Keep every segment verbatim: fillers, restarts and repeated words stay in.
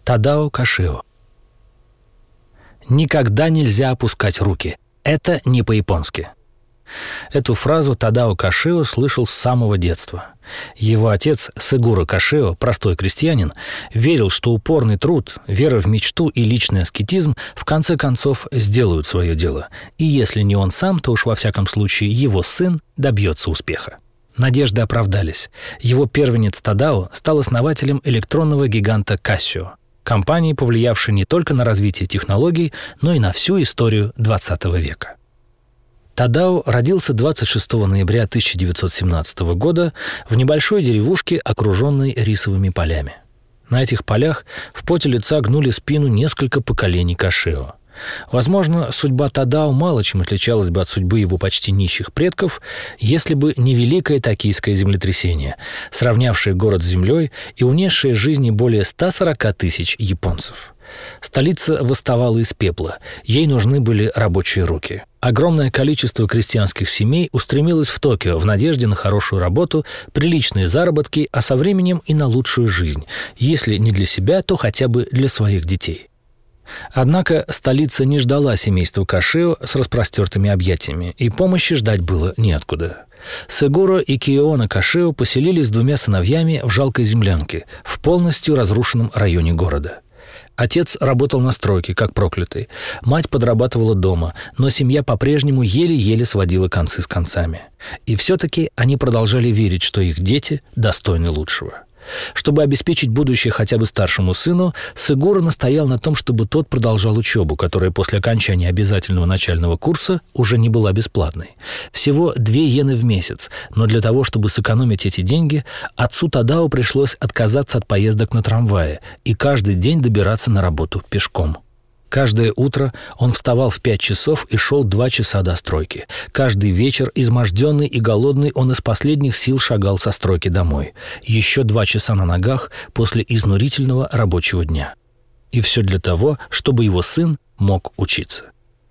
Тадао Кашио. Никогда нельзя опускать руки. Это не по-японски. Эту фразу Тадао Кашио слышал с самого детства. Его отец Сигуро Кашио, простой крестьянин, верил, что упорный труд, вера в мечту и личный аскетизм в конце концов сделают свое дело. И если не он сам, то уж во всяком случае его сын добьется успеха. Надежды оправдались. Его первенец Тадао стал основателем электронного гиганта Casio, компании, повлиявшей не только на развитие технологий, но и на всю историю двадцатого века. Тадао родился двадцать шестого ноября тысяча девятьсот семнадцатого года в небольшой деревушке, окруженной рисовыми полями. На этих полях в поте лица гнули спину несколько поколений Кашио. Возможно, судьба Тадао мало чем отличалась бы от судьбы его почти нищих предков, если бы не великое токийское землетрясение, сравнявшее город с землей и унесшее жизни более ста сорока тысяч японцев. Столица восставала из пепла, ей нужны были рабочие руки. Огромное количество крестьянских семей устремилось в Токио в надежде на хорошую работу, приличные заработки, а со временем и на лучшую жизнь, если не для себя, то хотя бы для своих детей. Однако столица не ждала семейства Кашио с распростертыми объятиями, и помощи ждать было неоткуда. Сигуро и Киоона Кашио поселились с двумя сыновьями в жалкой землянке в полностью разрушенном районе города. Отец работал на стройке, как проклятый. Мать подрабатывала дома, но семья по-прежнему еле-еле сводила концы с концами. И все-таки они продолжали верить, что их дети достойны лучшего. Чтобы обеспечить будущее хотя бы старшему сыну, Сигуро настоял на том, чтобы тот продолжал учебу, которая после окончания обязательного начального курса уже не была бесплатной. Всего две йены в месяц, но для того, чтобы сэкономить эти деньги, отцу Тадао пришлось отказаться от поездок на трамвае и каждый день добираться на работу пешком. Каждое утро он вставал в пять часов и шел два часа до стройки. Каждый вечер, изможденный и голодный, он из последних сил шагал со стройки домой. Еще два часа на ногах после изнурительного рабочего дня. И все для того, чтобы его сын мог учиться.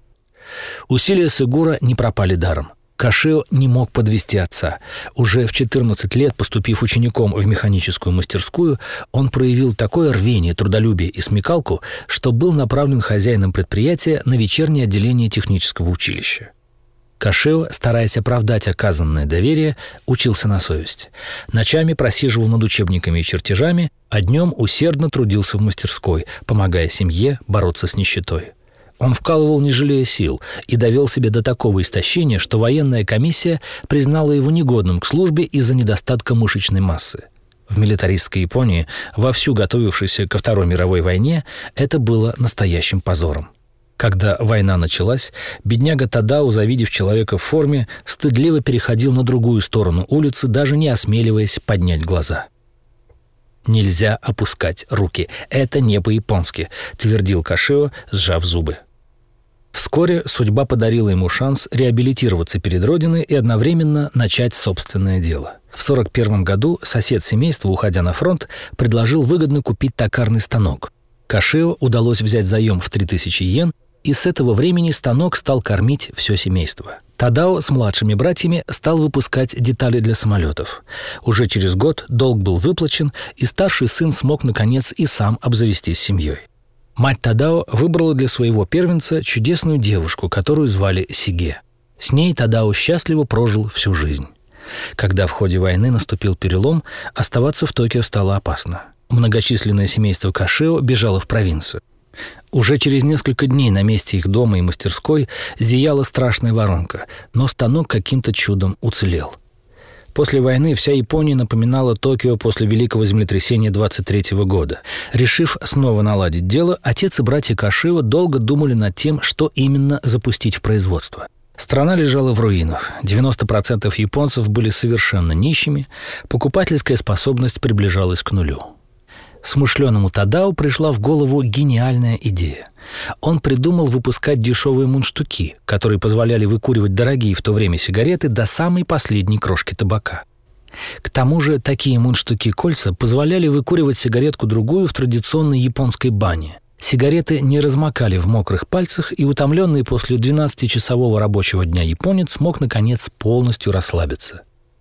Усилия Сигуро не пропали даром. Кашио не мог подвести отца. Уже в четырнадцать лет, поступив учеником в механическую мастерскую, он проявил такое рвение, трудолюбие и смекалку, что был направлен хозяином предприятия на вечернее отделение технического училища. Кашио, стараясь оправдать оказанное доверие, учился на совесть. Ночами просиживал над учебниками и чертежами, а днем усердно трудился в мастерской, помогая семье бороться с нищетой. Он вкалывал, не жалея сил, и довел себя до такого истощения, что военная комиссия признала его негодным к службе из-за недостатка мышечной массы. В милитаристской Японии, вовсю готовившейся ко Второй мировой войне, это было настоящим позором. Когда война началась, бедняга Тадао, завидев человека в форме, стыдливо переходил на другую сторону улицы, даже не осмеливаясь поднять глаза. «Нельзя опускать руки. Это не по-японски», — твердил Кашио, сжав зубы. Вскоре судьба подарила ему шанс реабилитироваться перед Родиной и одновременно начать собственное дело. В сорок первом году сосед семейства, уходя на фронт, предложил выгодно купить токарный станок. Кашио удалось взять заем в три тысячи йен, и с этого времени станок стал кормить все семейство. Тадао с младшими братьями стал выпускать детали для самолетов. Уже через год долг был выплачен, и старший сын смог, наконец, и сам обзавестись семьей. Мать Тадао выбрала для своего первенца чудесную девушку, которую звали Сиге. С ней Тадао счастливо прожил всю жизнь. Когда в ходе войны наступил перелом, оставаться в Токио стало опасно. Многочисленное семейство Кашио бежало в провинцию. Уже через несколько дней на месте их дома и мастерской зияла страшная воронка, но станок каким-то чудом уцелел. После войны вся Япония напоминала Токио после великого землетрясения двадцать третьего года. Решив снова наладить дело, отец и братья Кашио долго думали над тем, что именно запустить в производство. Страна лежала в руинах, девяносто процентов японцев были совершенно нищими, покупательская способность приближалась к нулю. Смышленому Тадао пришла в голову гениальная идея. Он придумал выпускать дешевые мундштуки, которые позволяли выкуривать дорогие в то время сигареты до самой последней крошки табака. К тому же такие мундштуки-кольца позволяли выкуривать сигаретку-другую в традиционной японской бане. Сигареты не размокали в мокрых пальцах, и утомленный после двенадцатичасового рабочего дня японец мог, наконец, полностью расслабиться.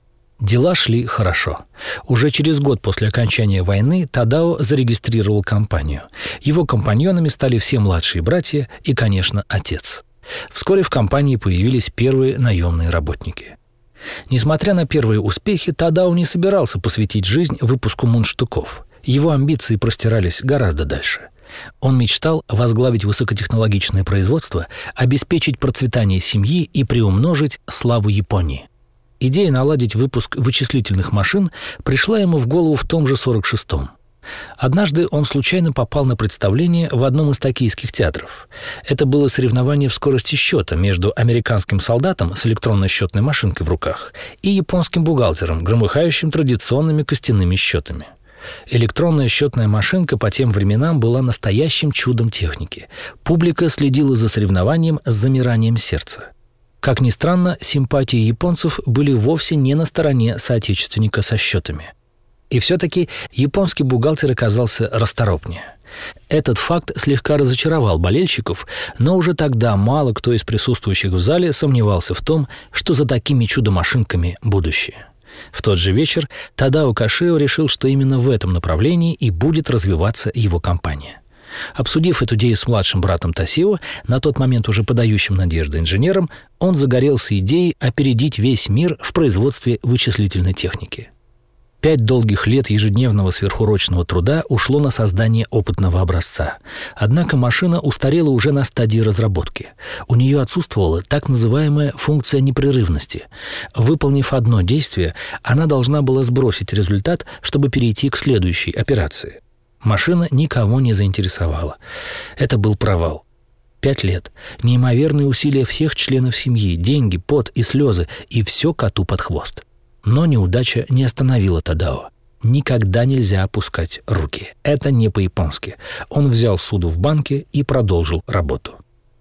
Дела шли хорошо. Уже через год после окончания войны Тадао зарегистрировал компанию. Его компаньонами стали все младшие братья и, конечно, отец. Вскоре в компании появились первые наемные работники. Несмотря на первые успехи, Тадао не собирался посвятить жизнь выпуску мундштуков. Его амбиции простирались гораздо дальше. Он мечтал возглавить высокотехнологичное производство, обеспечить процветание семьи и приумножить славу Японии. Идея наладить выпуск вычислительных машин пришла ему в голову в том же сорок шестом. Однажды он случайно попал на представление в одном из токийских театров. Это было соревнование в скорости счета между американским солдатом с электронной счетной машинкой в руках и японским бухгалтером, громыхающим традиционными костяными счетами. Электронная счетная машинка по тем временам была настоящим чудом техники. Публика следила за соревнованием с замиранием сердца. Как ни странно, симпатии японцев были вовсе не на стороне соотечественника со счетами. И все-таки японский бухгалтер оказался расторопнее. Этот факт слегка разочаровал болельщиков, но уже тогда мало кто из присутствующих в зале сомневался в том, что за такими чудо-машинками будущее. В тот же вечер Тадао Кашио решил, что именно в этом направлении и будет развиваться его компания. Обсудив эту идею с младшим братом Тасио, на тот момент уже подающим надежды инженером, он загорелся идеей опередить весь мир в производстве вычислительной техники. Пять долгих лет ежедневного сверхурочного труда ушло на создание опытного образца. Однако машина устарела уже на стадии разработки. У нее отсутствовала так называемая функция непрерывности. Выполнив одно действие, она должна была сбросить результат, чтобы перейти к следующей операции. Машина никого не заинтересовала. Это был провал. Пять лет. Неимоверные усилия всех членов семьи, деньги, пот и слезы, и все коту под хвост. Но неудача не остановила Тадао. Никогда нельзя опускать руки. Это не по-японски. Он взял суду в банке и продолжил работу.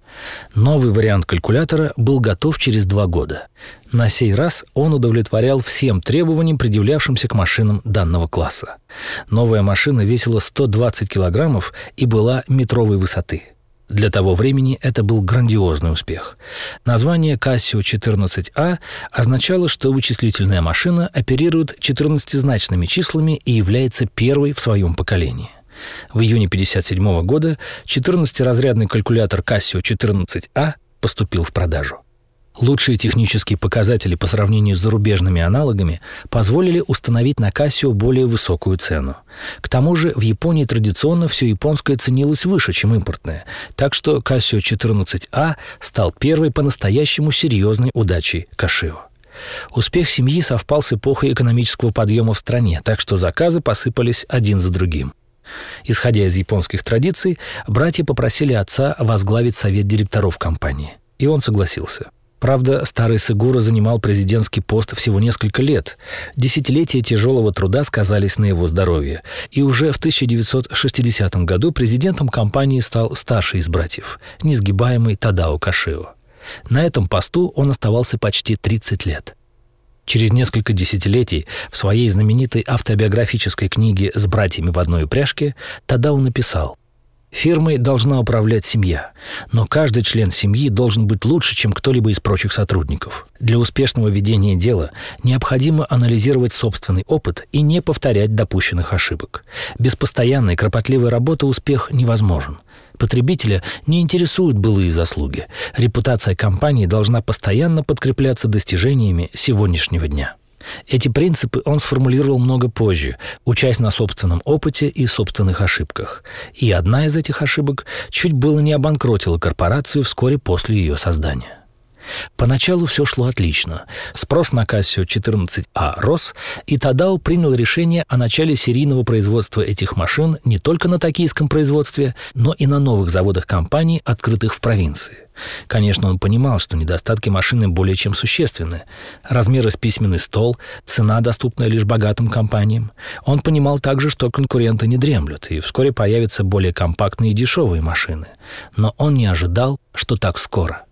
Новый вариант калькулятора был готов через два года. На сей раз он удовлетворял всем требованиям, предъявлявшимся к машинам данного класса. Новая машина весила сто двадцать килограммов и была метровой высоты. Для того времени это был грандиозный успех. Название Casio четырнадцать А означало, что вычислительная машина оперирует четырнадцатизначными числами и является первой в своем поколении. В июне тысяча девятьсот пятьдесят седьмого года четырнадцатиразрядный калькулятор Casio четырнадцать А поступил в продажу. Лучшие технические показатели по сравнению с зарубежными аналогами позволили установить на Casio более высокую цену. К тому же в Японии традиционно все японское ценилось выше, чем импортное, так что Casio четырнадцать А стал первой по-настоящему серьезной удачей Кашио. Успех семьи совпал с эпохой экономического подъема в стране, так что заказы посыпались один за другим. Исходя из японских традиций, братья попросили отца возглавить совет директоров компании, и он согласился. Правда, старый Сигура занимал президентский пост всего несколько лет. Десятилетия тяжелого труда сказались на его здоровье, и уже в тысяча девятьсот шестидесятом году президентом компании стал старший из братьев, несгибаемый Тадао Кашио. На этом посту он оставался почти тридцать лет. Через несколько десятилетий в своей знаменитой автобиографической книге «С братьями в одной упряжке» Тадао написал: «Фирмой должна управлять семья, но каждый член семьи должен быть лучше, чем кто-либо из прочих сотрудников. Для успешного ведения дела необходимо анализировать собственный опыт и не повторять допущенных ошибок. Без постоянной кропотливой работы успех невозможен. Потребителя не интересуют былые заслуги. Репутация компании должна постоянно подкрепляться достижениями сегодняшнего дня». Эти принципы он сформулировал много позже, учась на собственном опыте и собственных ошибках. И одна из этих ошибок чуть было не обанкротила корпорацию вскоре после ее создания. Поначалу все шло отлично. Спрос на Casio четырнадцать А рос, и Тадао принял решение о начале серийного производства этих машин не только на токийском производстве, но и на новых заводах компаний, открытых в провинции. Конечно, он понимал, что недостатки машины более чем существенны. Размеры с письменный стол, цена, доступная лишь богатым компаниям. Он понимал также, что конкуренты не дремлют, и вскоре появятся более компактные и дешевые машины. Но он не ожидал, что так скоро.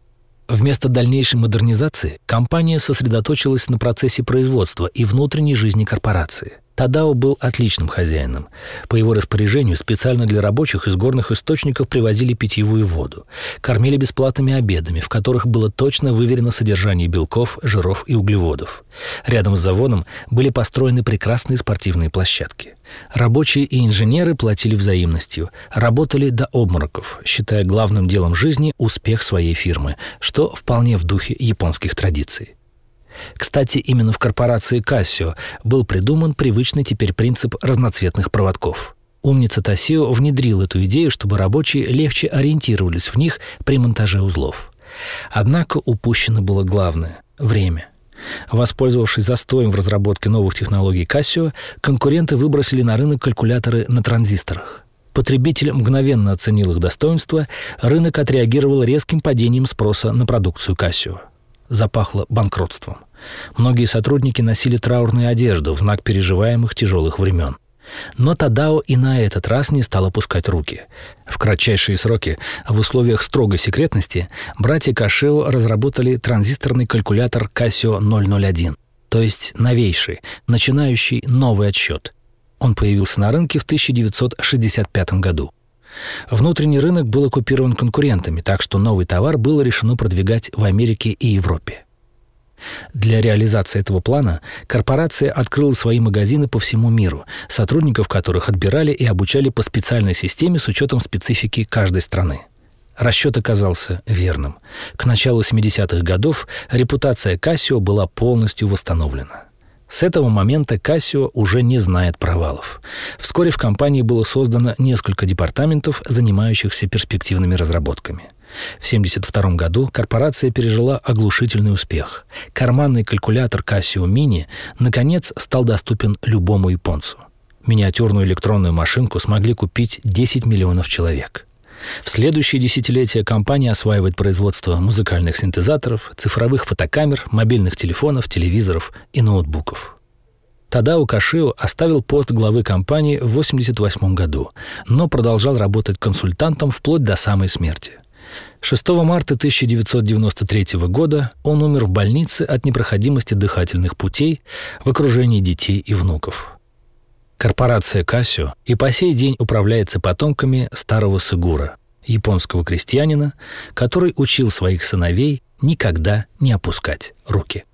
Вместо дальнейшей модернизации компания сосредоточилась на процессе производства и внутренней жизни корпорации. Тадао был отличным хозяином. По его распоряжению специально для рабочих из горных источников привозили питьевую воду, кормили бесплатными обедами, в которых было точно выверено содержание белков, жиров и углеводов. Рядом с заводом были построены прекрасные спортивные площадки. Рабочие и инженеры платили взаимностью, работали до обмороков, считая главным делом жизни успех своей фирмы, что вполне в духе японских традиций. Кстати, именно в корпорации Casio был придуман привычный теперь принцип разноцветных проводков. Умница Тосио внедрил эту идею, чтобы рабочие легче ориентировались в них при монтаже узлов. Однако упущено было главное – время. Воспользовавшись застоем в разработке новых технологий Casio, конкуренты выбросили на рынок калькуляторы на транзисторах. Потребитель мгновенно оценил их достоинство, рынок отреагировал резким падением спроса на продукцию Casio. Запахло банкротством. Многие сотрудники носили траурную одежду в знак переживаемых тяжелых времен. Но Тадао и на этот раз не стал опускать руки. В кратчайшие сроки, в условиях строгой секретности, братья Кашио разработали транзисторный калькулятор Casio ноль ноль один, то есть новейший, начинающий новый отсчет. Он появился на рынке в тысяча девятьсот шестьдесят пятом году. Внутренний рынок был оккупирован конкурентами, так что новый товар было решено продвигать в Америке и Европе. Для реализации этого плана корпорация открыла свои магазины по всему миру, сотрудников которых отбирали и обучали по специальной системе с учетом специфики каждой страны. Расчет оказался верным. К началу семидесятых годов репутация Casio была полностью восстановлена. С этого момента Casio уже не знает провалов. Вскоре в компании было создано несколько департаментов, занимающихся перспективными разработками. В семьдесят втором году корпорация пережила оглушительный успех. Карманный калькулятор Casio Mini наконец стал доступен любому японцу. Миниатюрную электронную машинку смогли купить десять миллионов человек. В следующие десятилетия компания осваивает производство музыкальных синтезаторов, цифровых фотокамер, мобильных телефонов, телевизоров и ноутбуков. Тадао Кашио оставил пост главы компании в восемьдесят восьмом году, но продолжал работать консультантом вплоть до самой смерти. шестого марта тысяча девятьсот девяносто третьего года он умер в больнице от непроходимости дыхательных путей в окружении детей и внуков. Корпорация Casio и по сей день управляется потомками старого Сигура, японского крестьянина, который учил своих сыновей никогда не опускать руки.